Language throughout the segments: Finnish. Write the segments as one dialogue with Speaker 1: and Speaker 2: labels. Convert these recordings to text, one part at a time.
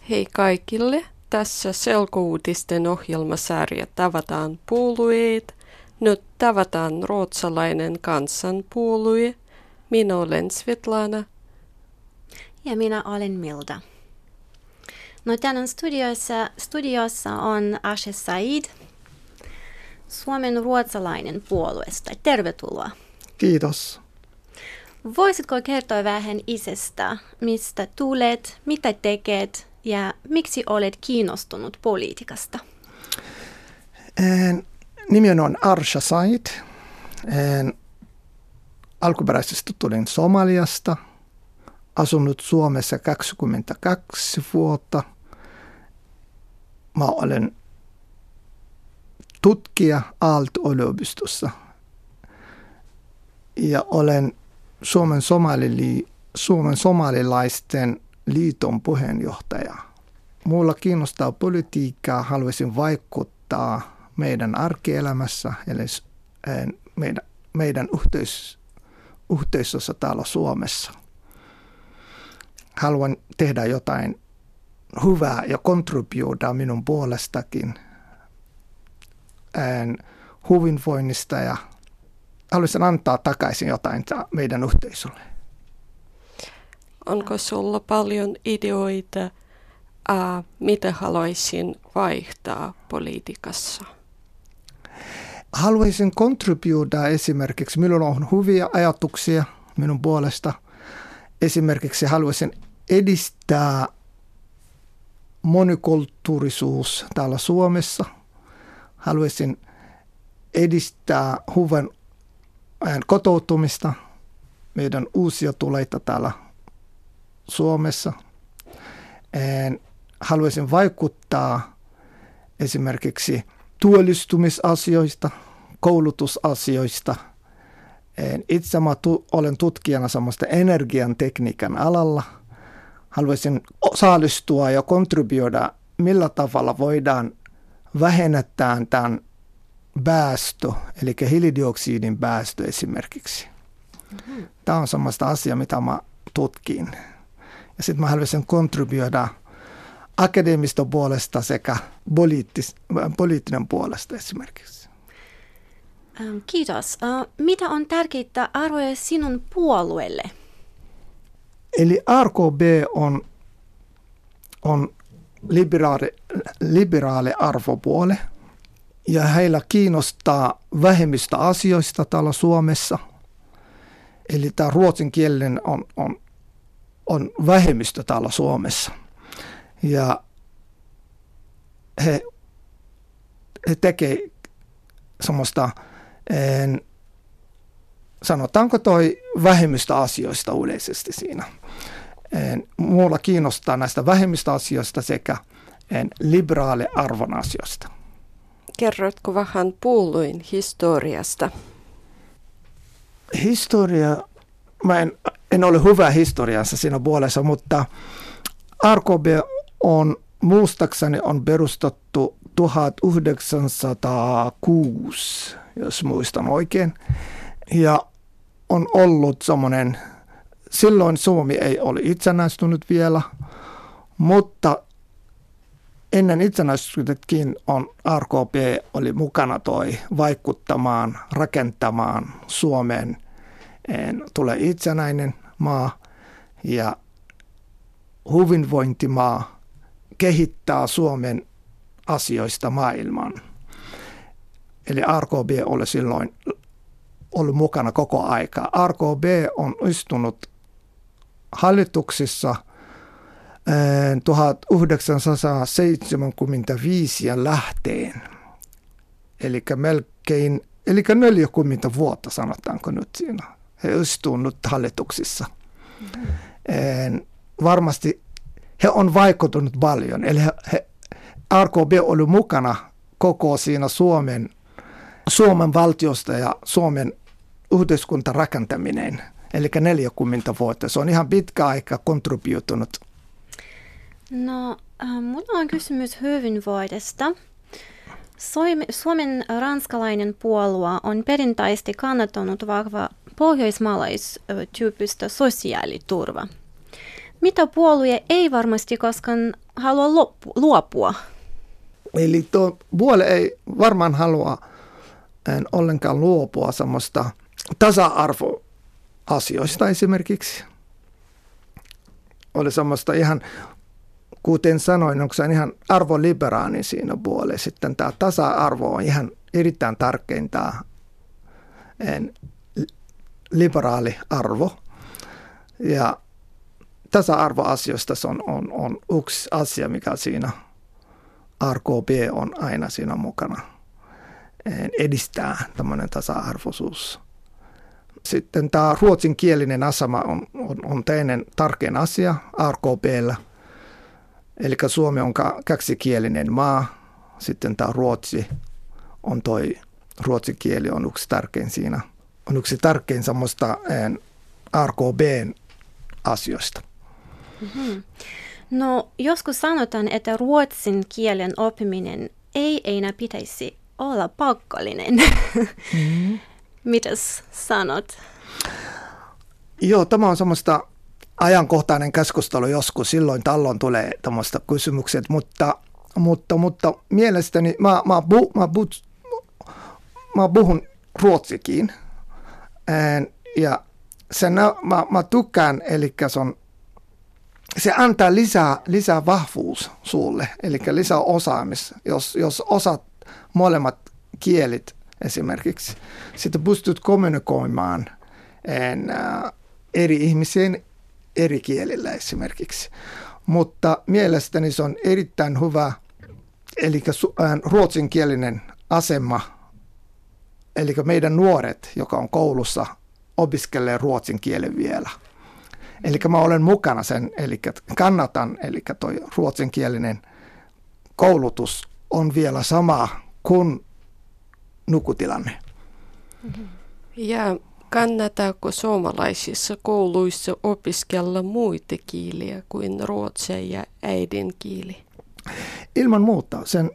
Speaker 1: Hei kaikille! Tässä selkouutisten ohjelmasarja Tavataan puolueet. Nyt tavataan ruotsalainen kansanpuolue. Minä olen Svetlana.
Speaker 2: Ja minä olen Milda. No tänään studiossa on Ashe Said, Suomen ruotsalainen puolueesta. Tervetuloa.
Speaker 3: Kiitos.
Speaker 2: Voisitko kertoa vähän itsestä, mistä tulet, mitä teket ja miksi olet kiinnostunut politiikasta?
Speaker 3: Nimeni on Ashe Said. Alkuperäisesti tulin Somaliasta. Asunut Suomessa 22 vuotta. Mä olen tutkija Aalto-yliopistossa ja olen Suomen somalilaisten liiton puheenjohtaja. Mulla kiinnostaa politiikkaa, haluaisin vaikuttaa meidän arkielämässä, eli meidän yhteisössä täällä Suomessa. Haluan tehdä jotain hyvää ja kontribuoida minun puolestakin hyvinvoinnista ja haluaisin antaa takaisin jotain meidän yhteisölle.
Speaker 1: Onko sulla paljon ideoita, mitä haluaisin vaihtaa politiikassa?
Speaker 3: Haluaisin kontribuoida esimerkiksi, minulla on hyviä ajatuksia minun puolesta. Esimerkiksi haluaisin edistää monikulttuurisuus täällä Suomessa. Haluaisin edistää hyvän kotoutumista, meidän uusia tuleita täällä Suomessa. Haluaisin vaikuttaa esimerkiksi työllistymisasioista, koulutusasioista. Itse olen tutkijana samasta energian tekniikan alalla. Haluaisin osallistua ja kontribuoida, millä tavalla voidaan vähennää tämän päästö, eli hiilidioksidin päästö esimerkiksi. Mm-hmm. Tämä on samasta asiaa, mitä mä tutkin. Ja sitten mä haluaisin kontribuoida akadeemista puolesta sekä poliittinen puolesta esimerkiksi.
Speaker 2: Kiitos. Mitä on tärkeitä arvoja sinun puolueelle?
Speaker 3: Eli RKP on liberaali arvopuole ja heillä kiinnostaa vähemmistöasioista täällä Suomessa. Eli tämä ruotsinkielinen on vähemmistö täällä Suomessa. Ja he tekee semmoista, sanotaanko toi vähemmistöasioista yleisesti siinä. Mulla kiinnostaa näistä vähemmistöasioista sekä liberaali arvon asioista.
Speaker 1: Kerrotko vähän puolueen historiasta?
Speaker 3: Historia, mä en ole hyvä historiassa siinä puolessa, mutta RKP on muistaakseni on perustettu 1906, jos muistan oikein. Ja on ollut semmoinen, silloin Suomi ei ole itsenäistynyt vielä, mutta ennen itsenäisyyttäkin RKP oli mukana vaikuttamaan, rakentamaan Suomeen. Tulee itsenäinen maa ja hyvinvointimaa kehittää Suomen asioista maailman. Eli RKP oli silloin ollut mukana koko aikaa. RKP on istunut hallituksissa 1975 lähteen, eli 40 vuotta sanotaanko nyt siinä. He istuvat hallituksissa. Mm-hmm. Varmasti he on vaikuttanut paljon, eli RKP oli mukana koko siinä Suomen valtiosta ja Suomen yhteiskunta rakentaminen, eli 40 vuotta. Se on ihan pitkä aika kontribuoitunut.
Speaker 2: No, minulla on kysymys hyvinvoinnista. Suomen ranskalainen puolue on perinteisesti kannattanut vahvaa pohjoismaalaistyyppistä sosiaaliturvaa. Mitä puolue ei varmasti koskaan halua luopua?
Speaker 3: Eli tuo puolue ei varmaan halua ollenkaan luopua semmoista tasa-arvoasioista esimerkiksi. Oli semmoista ihan, kuten sanoin, onko se ihan arvoliberaani siinä puolella. Sitten tämä tasa-arvo on ihan erittäin tärkein tämä liberaali arvo. Ja tasa-arvoasioista se on yksi asia, mikä siinä RKP on aina siinä mukana. Edistää tämmöinen tasa-arvoisuus. Sitten tämä ruotsinkielinen asema on toinen tärkein asia RKP:llä. Eli Suomi on kaksikielinen maa. Sitten tämä Ruotsi on ruotsikieli on yksi tärkein siinä. On yksi tärkein semmoista RKP:n asioista.
Speaker 2: Mm-hmm. No joskus sanotaan, että ruotsin kielen oppiminen ei enää pitäisi olla pakollinen. Mm-hmm. Mitäs sanot?
Speaker 3: Joo, tämä on semmoista ajankohtainen keskustelu joskus. Silloin tällöin tulee tämmöistä kysymykset, mutta mielestäni mä puhun ruotsikin. Ja mä tykkään, eli se antaa lisää vahvuus sulle, eli lisää osaamista. Jos osaat molemmat kielet esimerkiksi, sitten pystyt kommunikoimaan eri ihmisiin eri kielillä esimerkiksi. Mutta mielestäni se on erittäin hyvä, eli ruotsinkielinen asema, eli meidän nuoret, joka on koulussa, opiskelee ruotsin kielen vielä. Eli mä olen mukana sen, eli kannatan, eli toi ruotsinkielinen koulutus on vielä sama kuin nykutilanne.
Speaker 1: Ja kannataako suomalaisissa kouluissa opiskella muita kieliä kuin ruotsia ja äidinkieli?
Speaker 3: Ilman muuta. Sen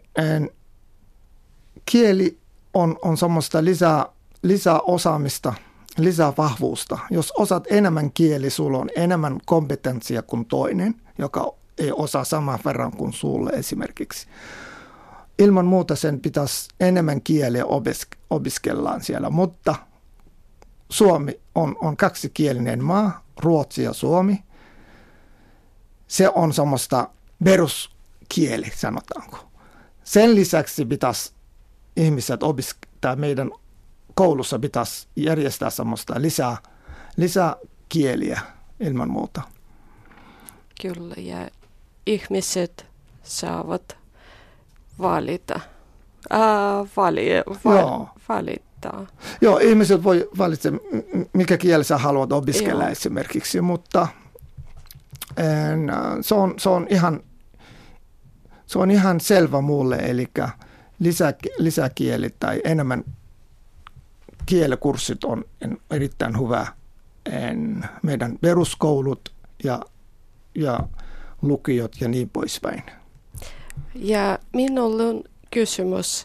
Speaker 3: kieli on semmoista lisää osaamista, lisää vahvuusta. Jos osaat enemmän kieli, sulla on enemmän kompetenssia kuin toinen, joka ei osaa saman verran kuin sulle esimerkiksi. Ilman muuta sen pitäisi enemmän kieliä opiskellaan siellä, mutta Suomi on kaksikielinen maa, Ruotsi ja Suomi. Se on semmoista peruskieli, sanotaanko. Sen lisäksi pitäisi ihmiset tai meidän koulussa pitäisi järjestää semmoista lisää kieliä ilman muuta.
Speaker 1: Kyllä, ja ihmiset saavat valita. Valittaa.
Speaker 3: Joo, ihmiset voi valita, mikä kieli sä haluat opiskella esimerkiksi, mutta se on ihan selvä mulle, eli lisäkieli tai enemmän kielikurssit on erittäin hyvä meidän peruskoulut ja lukiot ja niin poispäin.
Speaker 1: Ja minulla on kysymys.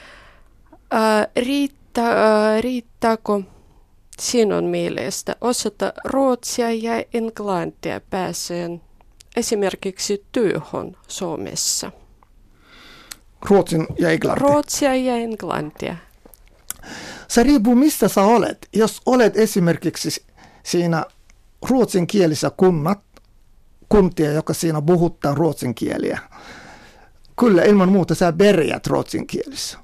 Speaker 1: Riittääkö sinun mielestä osata ruotsia ja englantia pääseen esimerkiksi työhön Suomessa?
Speaker 3: Ruotsin ja englantia?
Speaker 1: Ruotsia ja englantia.
Speaker 3: Se riippuu, mistä sä olet. Jos olet esimerkiksi siinä ruotsinkielisessä kuntia, joka siinä puhuttaa ruotsin kieliä, kyllä ilman muuta sä pärjät ruotsin kielissä.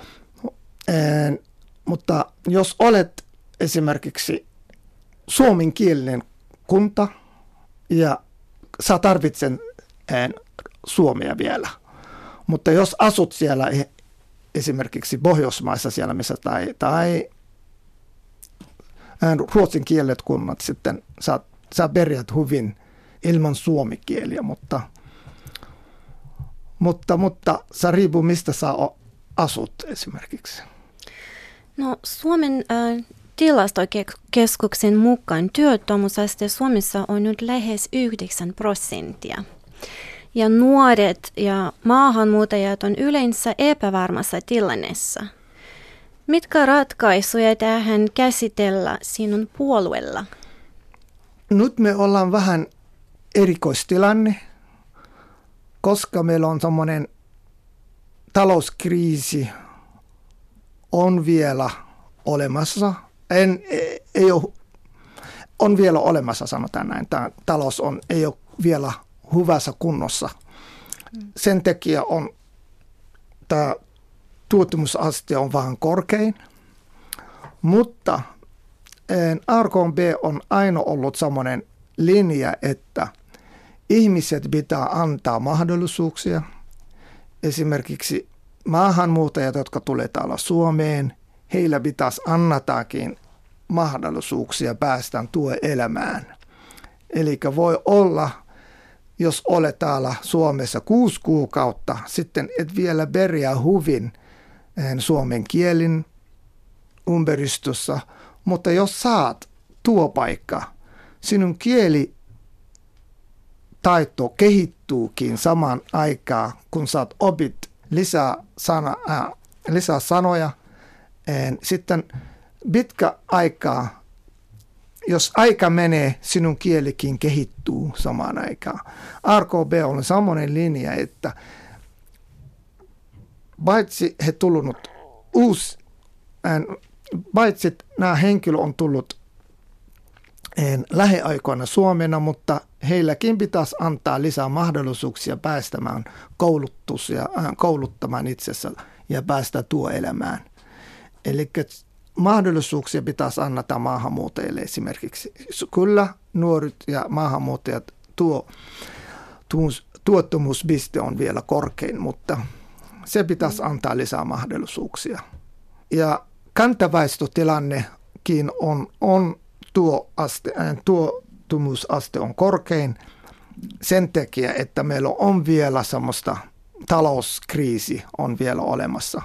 Speaker 3: Mutta jos olet esimerkiksi suomenkielinen kunta ja sä tarvitset suomea vielä, mutta jos asut siellä esimerkiksi Pohjoismaissa siellä missä tai ruotsinkielet kunnat, sitten sä pärjät hyvin ilman suomikieliä, mutta se riippuu mistä sä asut esimerkiksi.
Speaker 2: No Suomen tilastokeskuksen mukaan työttömyysaste Suomessa on nyt lähes 9%. Ja nuoret ja maahanmuuttajat on yleensä epävarmassa tilanteessa. Mitkä ratkaisuja tähän käsitellä sinun puolueella?
Speaker 3: Nyt me ollaan vähän erikoistilanne, koska meillä on semmoinen talouskriisi on vielä olemassa. On vielä olemassa, sanotaan näin. Tämä talous ei ole vielä hyvässä kunnossa. Sen takia on tämä tuottamusaste on vähän korkein, mutta RKB on aina ollut semmoinen linja, että ihmiset pitää antaa mahdollisuuksia. Esimerkiksi maahanmuuttajat, jotka tulee täällä Suomeen, heillä pitäisi annatakin mahdollisuuksia päästä työelämään. Eli voi olla, jos olet täällä Suomessa 6 kuukautta, sitten et vielä pärjää hyvin suomen kielin ympäristössä, mutta jos saat työpaikka, sinun kielitaito kehittyukin samaan aikaan, kun saat opit lisää sanoja. Sitten pitkä aikaa, jos aika menee, sinun kielikin kehittyy samaan aikaan. RKB on samoinen linja, että paitsi he tullut paitsi nämä henkilö on tullut lähiaikoina Suomena, mutta heilläkin pitäisi antaa lisää mahdollisuuksia päästämään kouluttamaan itsensä ja päästä työelämään. Eli mahdollisuuksia pitäisi annata maahanmuuttajille esimerkiksi. Kyllä nuoret ja maahanmuuttajat tuottamuspiste on vielä korkein, mutta se pitäisi antaa lisää mahdollisuuksia. Ja kantaväestötilannekin on tuottamusaste on korkein sen takia, että meillä on vielä semmoista talouskriisi on vielä olemassa.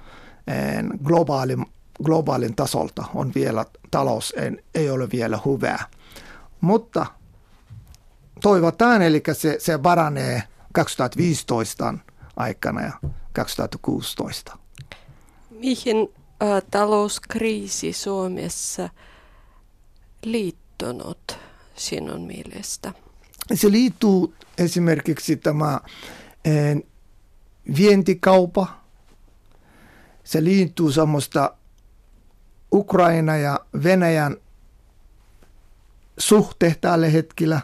Speaker 3: Globaalin tasolta on vielä talous ei ole vielä hyvää. Mutta toivotaan, eli se paranee 2015 aikana ja 2016.
Speaker 1: Mihin talouskriisi Suomessa liittynyt sinun mielestä?
Speaker 3: Se liittyy esimerkiksi tämä vientikaupa. Se liittyy semmoista Ukraina ja Venäjän suhte tällä hetkellä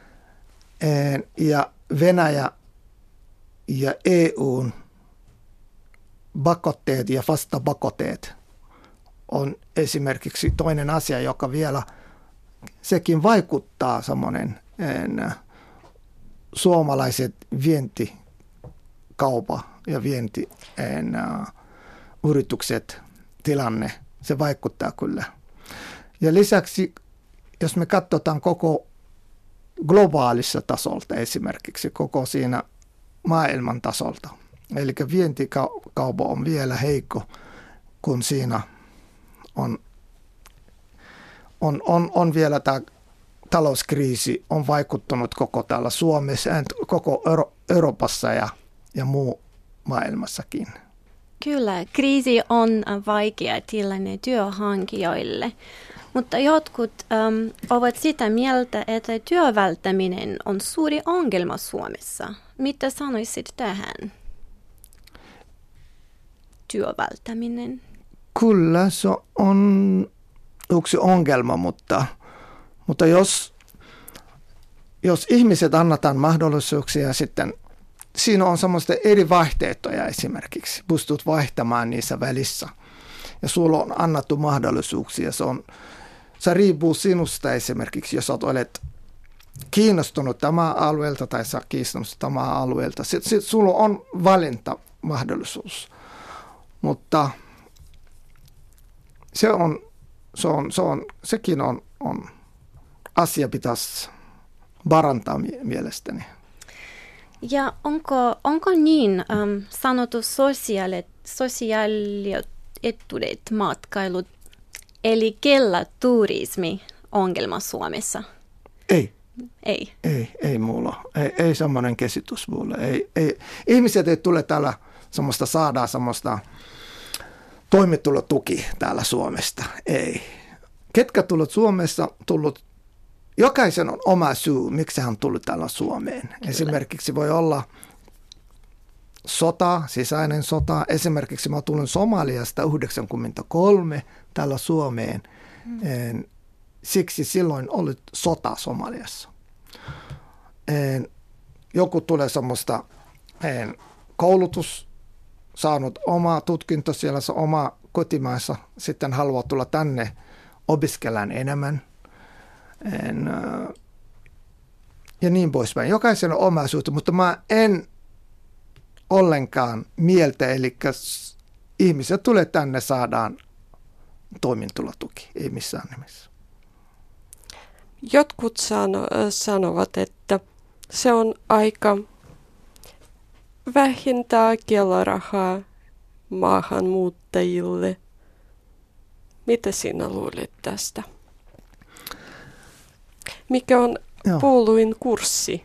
Speaker 3: ja Venäjä ja EUn pakotteet ja vastapakotteet on esimerkiksi toinen asia, joka vielä sekin vaikuttaa semmoinen suomalaiset vientikaupa ja yritykset tilanne, se vaikuttaa kyllä. Ja lisäksi, jos me katsotaan koko globaalissa tasolta esimerkiksi, koko siinä maailman tasolta, eli vientikaupa on vielä heikko, kun siinä on vielä tämä talouskriisi on vaikuttanut koko täällä Suomessa, koko Euroopassa ja muu maailmassakin.
Speaker 2: Kyllä, kriisi on vaikea tilanne työhankkijoille, mutta jotkut ovat sitä mieltä, että työvälttäminen on suuri ongelma Suomessa. Mitä sanoisit tähän? Työvälttäminen.
Speaker 3: Kyllä, se on yksi ongelma, mutta jos ihmiset annetaan mahdollisuuksia sitten, siinä on semmoista eri vaihtoehtoja esimerkiksi. Pystyt vaihtamaan niissä välissä. Ja sulla on annettu mahdollisuuksia. Se riippuu sinusta esimerkiksi, jos olet kiinnostunut tämän alueelta tai sä kiinnostunut tämän alueelta. Sitten sulla on valintamahdollisuus. Mutta sekin on asia pitäisi parantaa mielestäni.
Speaker 2: Ja onko niin sanottu sosiaalietuudet, matkailut, eli turismi ongelma Suomessa?
Speaker 3: Ei mulla. Ei semmoinen käsitys mulle. Ei. Ihmiset ei tule täällä saadaan semmoista toimeentulotuki täällä Suomesta. Ei. Ketkä tullut Suomessa, tullut jokaisen on oma syy, miksi hän tuli täällä Suomeen. Kyllä. Esimerkiksi voi olla sota, sisäinen sota. Esimerkiksi mä tulin Somaliasta 1993 täällä Suomeen. Siksi silloin oli sota Somaliassa. Joku tulee semmoista koulutus, saanut oma tutkinto siellä oma kotimaassa, sitten haluaa tulla tänne opiskelemaan enemmän. Ja niin poispäin. Jokaisen on oma suhte, mutta mä en ollenkaan mieltä, eli ihmiset tulee tänne, saadaan toimeentulotuki, ei missään nimessä.
Speaker 1: Jotkut sanovat, että se on aika vähentää kielarahaa maahanmuuttajille. Mitä sinä luulet tästä? Mikä on puolueen kurssi?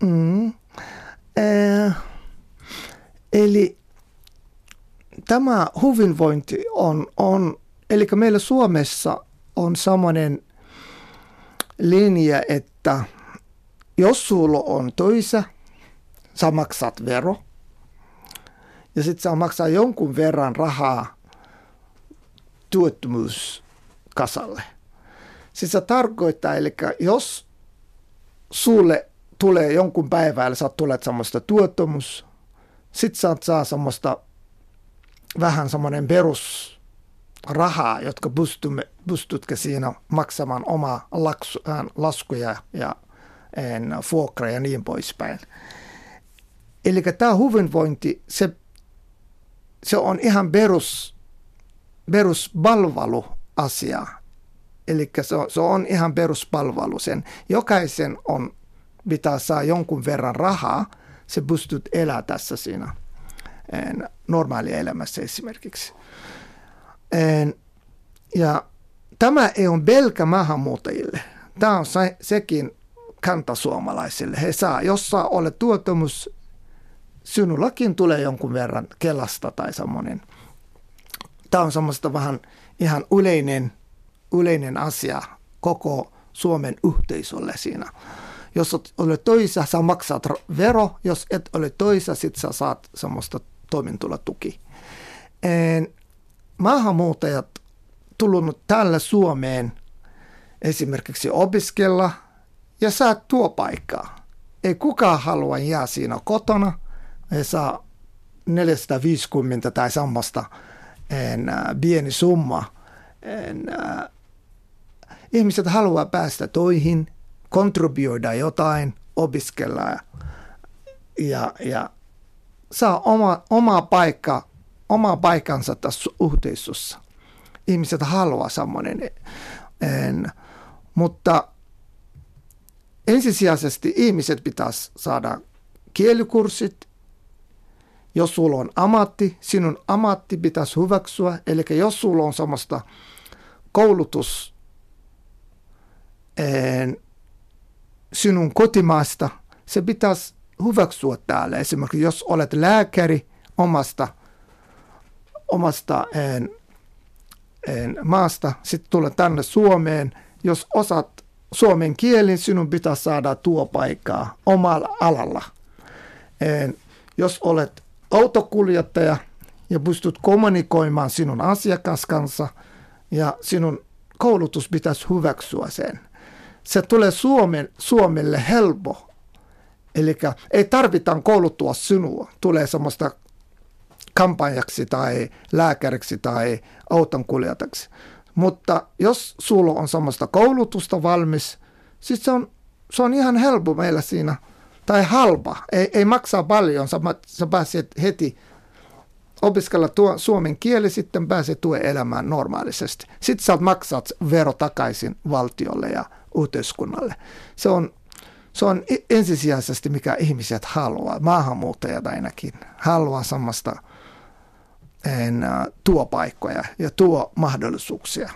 Speaker 3: Eli tämä hyvinvointi on, eli meillä Suomessa on samainen linja, että jos sulla on töissä, sä maksat vero ja sitten sä maksaa jonkun verran rahaa työttömyyskasalle. Siis se tarkoittaa, eli jos sulle tulee jonkun päivällä, sä tulet semmoista työttömyys, sitten sä saa semmoista vähän semmoinen perusrahaa, jotka pystytkö siinä maksamaan omaa laskuja ja vuokra ja niin poispäin. Eli tämä hyvinvointi, se on ihan peruspalveluasia. Eli se on ihan peruspalvelu. Jokaisen pitää saa jonkun verran rahaa, se pystyt elämään tässä siinä normaalielämässä esimerkiksi. Ja tämä ei ole pelkä maahanmuuttajille. Tämä on sekin kantasuomalaisille. He saa, jos sä olet työttömyys, sinullakin tulee jonkun verran Kelasta tai semmoinen. Tämä on semmoista vähän ihan yleinen asia koko Suomen yhteisölle siinä. Jos olet töissä, sä maksat vero. Jos et ole töissä, sitten sä saat semmoista toimeentulotuki. Maahanmuuttajat tullut täällä Suomeen esimerkiksi opiskella ja saat työpaikkaa. Ei kukaan halua jää siinä kotona. Ei saa 450 tai semmoista pieni summa. Ihmiset haluaa päästä töihin, kontribuoida jotain, opiskella ja saa oma paikkansa tässä yhteisössä. Ihmiset haluaa semmoinen. Mutta ensisijaisesti ihmiset pitäisi saada kielikurssit. Jos sulla on ammatti, sinun ammatti pitäisi hyväksyä. Eli jos sulla on semmoista koulutus sinun kotimaasta, se pitäisi hyväksyä täällä. Esimerkiksi jos olet lääkäri omasta maasta, sitten tulet tänne Suomeen. Jos osaat suomen kielen, sinun pitäisi saada työpaikkaa omalla alalla. Jos olet autokuljettaja ja pystyt kommunikoimaan sinun asiakas kanssa ja sinun koulutus pitäisi hyväksyä sen. Se tulee Suomelle helppo. Eli ei tarvita kouluttua sinua. Tulee semmoista kampanjaksi tai lääkäriksi tai autonkuljettajaksi. Mutta jos sulla on semmoista koulutusta valmis, siis se on ihan helppo meillä siinä. Tai halpa. Ei maksaa paljon. Sä pääset heti opiskella suomen kieli, sitten pääset työelämään normaalisesti. Sitten sä maksat vero takaisin valtiolle ja yhteiskunnalle. Se on ensisijaisesti, mikä ihmiset haluaa. Maahanmuuttajat ainakin haluaa samasta työpaikkoja ja työmahdollisuuksia.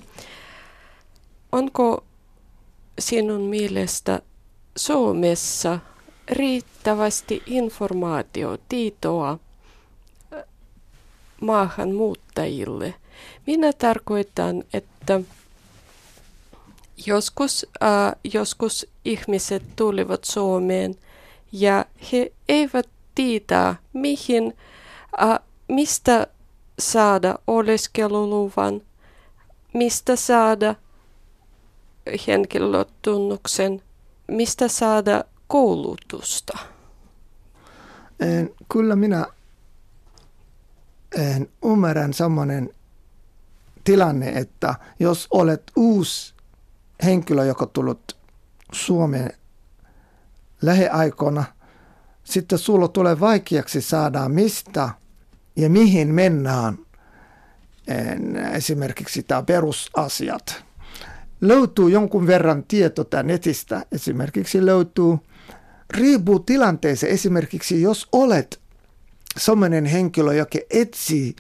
Speaker 1: Onko sinun mielestä Suomessa riittävästi tietoa maahanmuuttajille? Minä tarkoitan, että Joskus ihmiset tulivat Suomeen ja he eivät tiedä, mistä saada oleskeluluvan, mistä saada henkilötunnuksen, mistä saada koulutusta.
Speaker 3: Kyllä minä ymmärrän semmoinen tilanne, että jos olet uusi henkilö, joka on tullut Suomeen lähiaikoina, sitten sulla tulee vaikeaksi saada mistä ja mihin mennään esimerkiksi tämä perusasiat. Löytyy jonkun verran tietoa netistä, esimerkiksi riippuu tilanteeseen, esimerkiksi jos olet sellainen henkilö, joka etsii,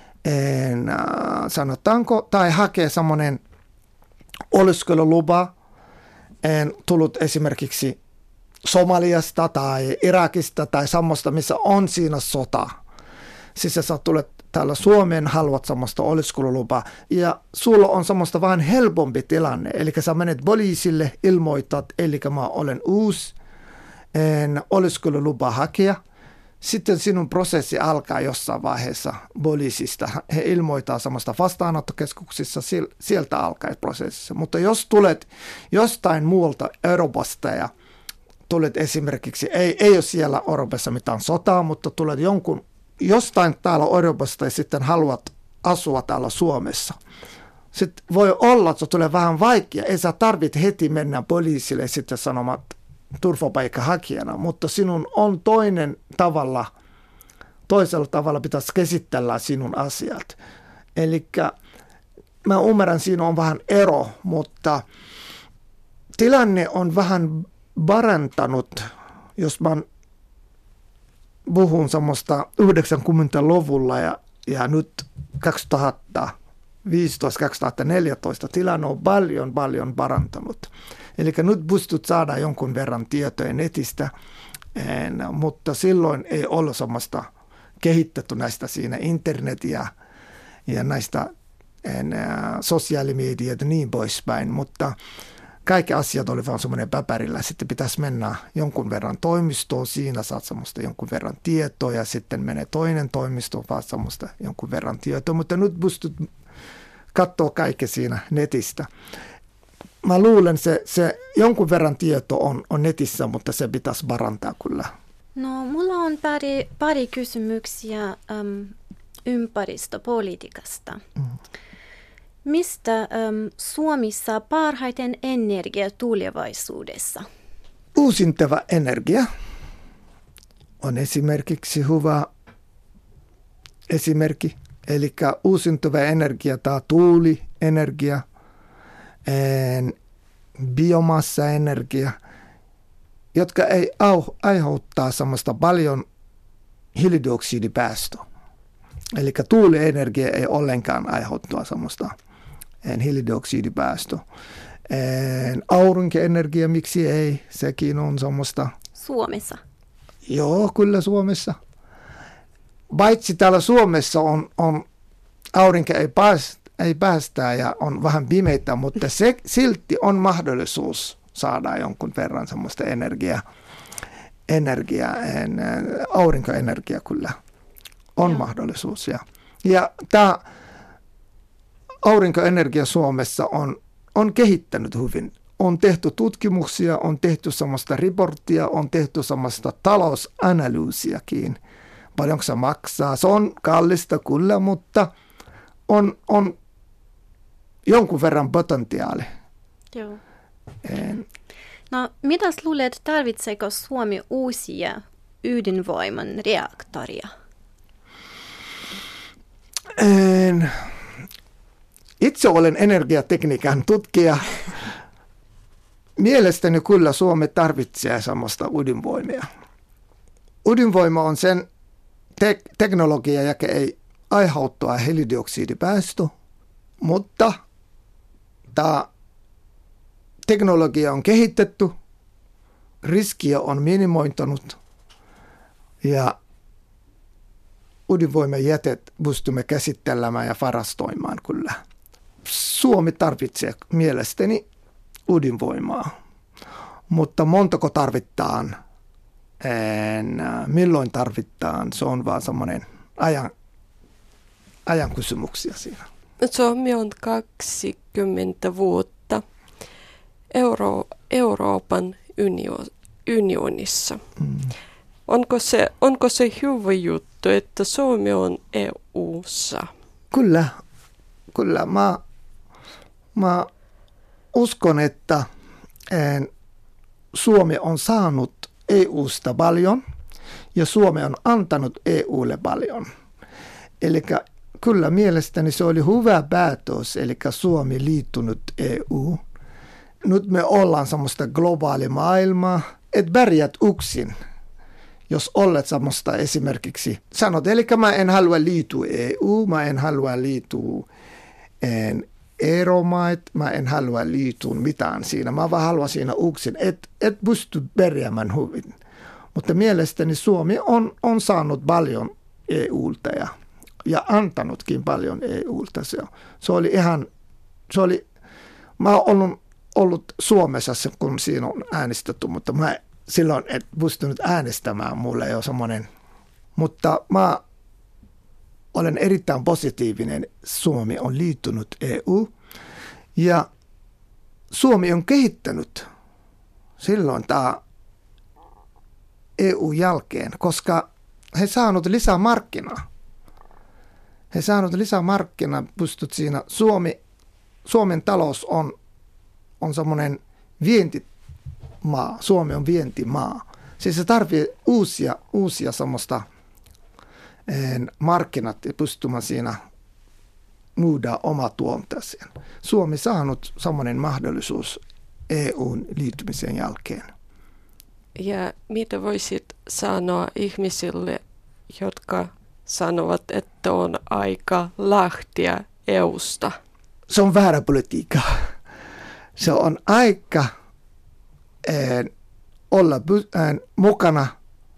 Speaker 3: sanotaanko, tai hakee semmoinen oleskelulupa, tullut esimerkiksi Somaliasta tai Irakista tai semmoista, missä on siinä sota. Siis sä tulet täällä Suomeen, haluat semmoista oleskelulupaa ja sulla on semmoista vähän helpompi tilanne. Eli sä menet poliisille, ilmoitat, eli mä olen uusi oleskelulupa hakija. Sitten sinun prosessi alkaa jossain vaiheessa poliisista. He ilmoittaa samasta vastaanottokeskuksissa, sieltä alkaa prosessi. Mutta jos tulet jostain muualta Euroopasta ja tulet esimerkiksi, ei ole siellä Euroopassa mitään sotaa, mutta tulet jostain täällä Euroopasta ja sitten haluat asua täällä Suomessa. Sitten voi olla, että se tulee vähän vaikea. Ei sä tarvitse heti mennä poliisille sitten sanomaan turvapaikkahakijana, mutta sinun on toisella tavalla pitäisi käsitellä sinun asiat. Eli mä ymmärrän, siinä on vähän ero, mutta tilanne on vähän parantanut, jos mä puhun semmoista 90-luvulla ja nyt 2015-2014 tilanne on paljon parantanut. Eli nyt pystyt saada jonkun verran tietoja netistä, mutta silloin ei ollut semmoista kehitetty näistä siinä internetia ja näistä sosiaalimediat ja niin poispäin, mutta kaikki asiat oli vaan semmoinen paperilla. Sitten pitäisi mennä jonkun verran toimistoon, siinä saat semmoista jonkun verran tietoa ja sitten menee toinen toimisto, vaan semmoista jonkun verran tietoa, mutta nyt pystyt katsoa kaikki siinä netistä. Mä luulen, se jonkun verran tieto on netissä, mutta se pitäisi parantaa kyllä.
Speaker 2: No, mulla on pari kysymyksiä ympäristöpolitiikasta. Mistä Suomi saa parhaiten energiaa tulevaisuudessa?
Speaker 3: Uusiutuva energia on esimerkiksi hyvä esimerkki. Eli uusiutuva energia, tämä tuulienergia, biomassaenergia, jotka ei aiheuttaa semmoista paljon hiilidioksidipäästöä. Eli tuulienergia ei ollenkaan aiheuttaa semmoista hiilidioksidipäästöä. Aurinkoenergia, miksi ei? Sekin on semmoista.
Speaker 2: Suomessa?
Speaker 3: Joo, kyllä Suomessa. Paitsi täällä Suomessa on aurinko ei päästä ja on vähän pimeitä, mutta se silti on mahdollisuus saada jonkun verran semmoista aurinkoenergia kyllä on mahdollisuus. Ja tämä aurinkoenergia Suomessa on kehittänyt hyvin. On tehty tutkimuksia, on tehty semmoista raporttia, on tehty semmoista talousanalyysiäkin. Paljonko se maksaa? Se on kallista kyllä, mutta on jonkun verran potentiaali.
Speaker 2: Joo. No, mitäs luulet, tarvitseeko Suomi uusia ydinvoiman reaktoria?
Speaker 3: Itse olen energiatekniikan tutkija. Mielestäni kyllä Suomi tarvitsee samasta ydinvoimia. Ydinvoima on sen teknologia, joka ei aiheuttaa hiilidioksidipäästö, mutta tämä teknologia on kehitetty, riskiä on minimoitunut ja ydinvoimajätet pystymme käsittelemään ja varastoimaan kyllä. Suomi tarvitsee mielestäni ydinvoimaa. Mutta montako tarvitaan, milloin tarvitaan, se on vaan semmoinen ajan kysymyksiä siinä.
Speaker 1: Suomi on 20 vuotta Euroopan unionissa. Onko se hyvä juttu, että Suomi on EU:ssa?
Speaker 3: Kyllä. Mä uskon, että Suomi on saanut EUsta paljon ja Suomi on antanut EUlle paljon. Eli kyllä mielestäni se oli hyvä päätös, eli Suomi liittynyt EU. Nyt me ollaan semmoista globaalia maailmaa, et pärjät yksin, jos olet semmoista esimerkiksi sanot, eli mä en halua liittyä EU, mä en halua liittyä Euromait, mä en halua liittyä mitään siinä, mä vaan haluan siinä yksin, et pysty pärjäämään hyvin. Mutta mielestäni Suomi on saanut paljon EUlta ja antanutkin paljon EUlta. Mä oon ollut Suomessa, kun siinä on äänestetty, mutta mä silloin et pystynyt äänestämään, mulle ei ole semmoinen. Mutta mä olen erittäin positiivinen, Suomi on liittynyt EU ja Suomi on kehittänyt silloin tämä EU-jälkeen, koska he saanut lisää markkinaa. Pystyt siinä. Suomen talous on semmoinen vientimaa. Suomi on vientimaa. Siis se tarvitsee uusia semmoista markkinat ja pystymään siinä myydä oma tuonteensa. Suomi saanut semmoinen mahdollisuus EUn liittymisen jälkeen.
Speaker 1: Ja mitä voisit sanoa ihmisille, jotka sanovat, että on aika lähteä EUsta?
Speaker 3: Se on väärä politiikka. Se on aika olla mukana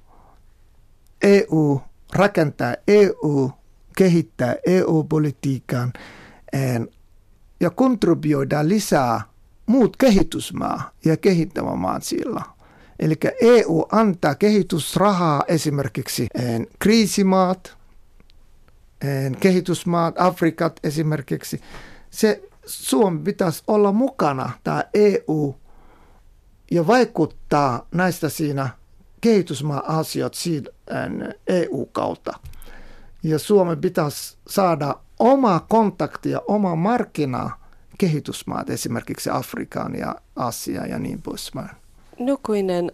Speaker 3: EU, rakentaa EU, kehittää EU-politiikan ja kontribuoida lisää muut kehitysmaa ja kehittämään sillä. Eli EU antaa kehitysrahaa esimerkiksi kriisimaat, kehitysmaat, Afrikat esimerkiksi. Suomi pitäisi olla mukana, tämä EU, ja vaikuttaa näistä siinä kehitysmaa-asiat EU-kautta. Ja Suomi pitäisi saada oma kontaktia, oma markkinaa kehitysmaat, esimerkiksi Afrikaan ja Aasiaa ja niin poispäin.
Speaker 1: Nykyinen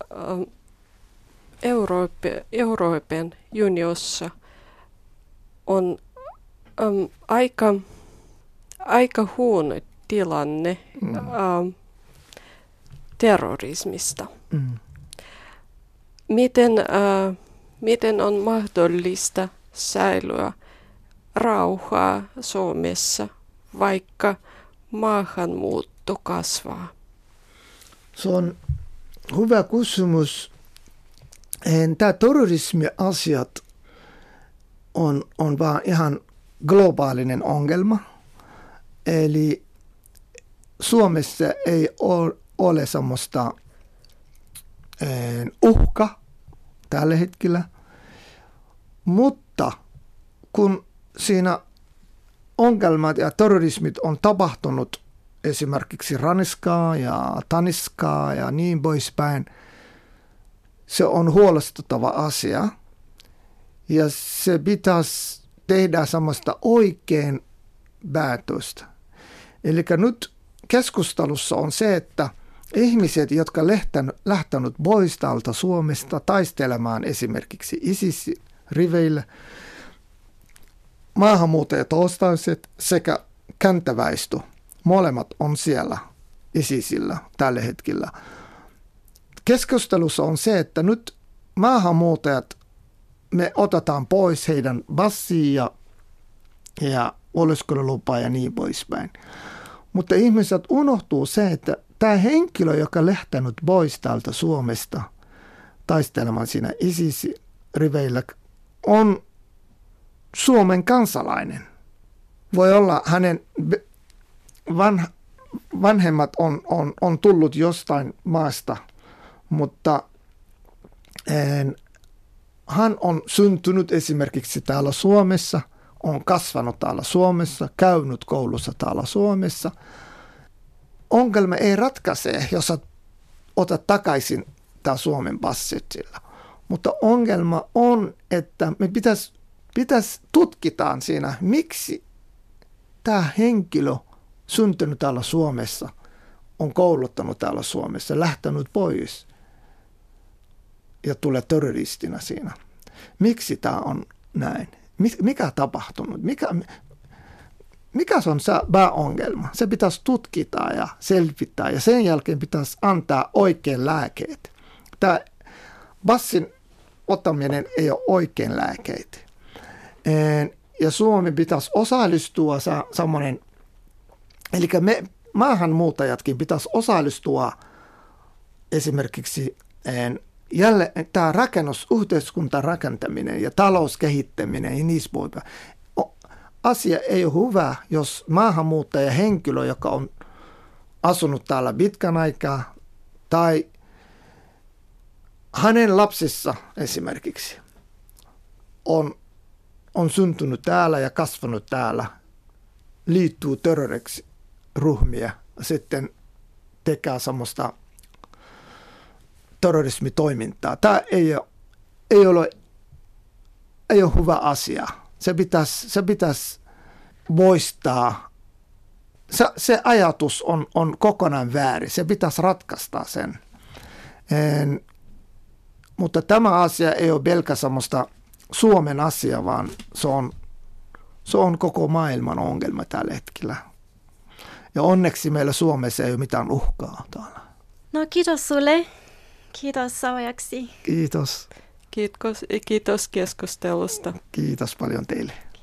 Speaker 1: Euroopan unionissa on aika huono tilanne terrorismista. Miten on mahdollista säilyä rauhaa Suomessa, vaikka maahanmuutto kasvaa?
Speaker 3: Se on hyvä kysymys. Tämä terrorismi-asiat on vaan ihan globaalinen ongelma. Eli Suomessa ei ole semmoista uhka tällä hetkellä, mutta kun siinä ongelmat ja terrorismit on tapahtunut esimerkiksi Ranskaa ja Tanskaa ja niin poispäin, se on huolestuttava asia ja se pitäisi tehdä semmoista oikein päätöstä. Eli nyt keskustelussa on se, että ihmiset, jotka lähtenyt pois täältä Suomesta taistelemaan esimerkiksi ISIS-riveillä, maahanmuuttajataustaiset sekä käntäväistö, molemmat on siellä ISISillä tällä hetkellä. Keskustelussa on se, että nyt maahanmuuttajat, me otetaan pois heidän passia ja oleskelulupaa ja niin poispäin. Mutta ihmiset unohtuu se, että tämä henkilö, joka lähtenyt pois täältä Suomesta taistelemaan siinä ISIS-riveillä, on Suomen kansalainen. Voi olla hänen vanhemmat on tullut jostain maasta, mutta hän on syntynyt esimerkiksi täällä Suomessa, on kasvanut täällä Suomessa, käynyt koulussa täällä Suomessa. Ongelma ei ratkaise, jos otat takaisin tämä Suomen passit sillä. Mutta ongelma on, että me pitäisi tutkitaan siinä, miksi tämä henkilö syntynyt täällä Suomessa, on kouluttanut täällä Suomessa, lähtenyt pois ja tulee terroristina siinä. Miksi tämä on näin? Mikä on tapahtunut? Mikä on se pääongelma? Se pitäisi tutkita ja selvittää ja sen jälkeen pitäisi antaa oikein lääkeet. Tämä passin ottaminen ei ole oikein lääkeitä. Ja Suomi pitäisi osallistua samoin, eli me maahanmuuttajatkin pitäisi osallistua esimerkiksi jälleen tämä yhteiskunnan rakentaminen ja talouskehittäminen ja niissä puhutaan. Asia ei ole hyvä, jos maahanmuuttaja henkilö, joka on asunut täällä pitkän aikaa, tai hänen lapsissa esimerkiksi on syntynyt täällä ja kasvanut täällä, liittyy terroristiryhmiä, sitten tekee semmoista terrorismitoimintaa. Tämä ei ole hyvä asia. Se pitäisi poistaa. Se ajatus on kokonaan väärin. Se pitäisi ratkaista sen. Mutta tämä asia ei ole pelkästään semmoista Suomen asia, vaan se on koko maailman ongelma tällä hetkellä. Ja onneksi meillä Suomessa ei ole mitään uhkaa täällä.
Speaker 2: No kiitos sulle. Kiitos Saujaksi.
Speaker 3: Kiitos.
Speaker 1: Kiitos keskustelusta.
Speaker 3: Kiitos paljon teille.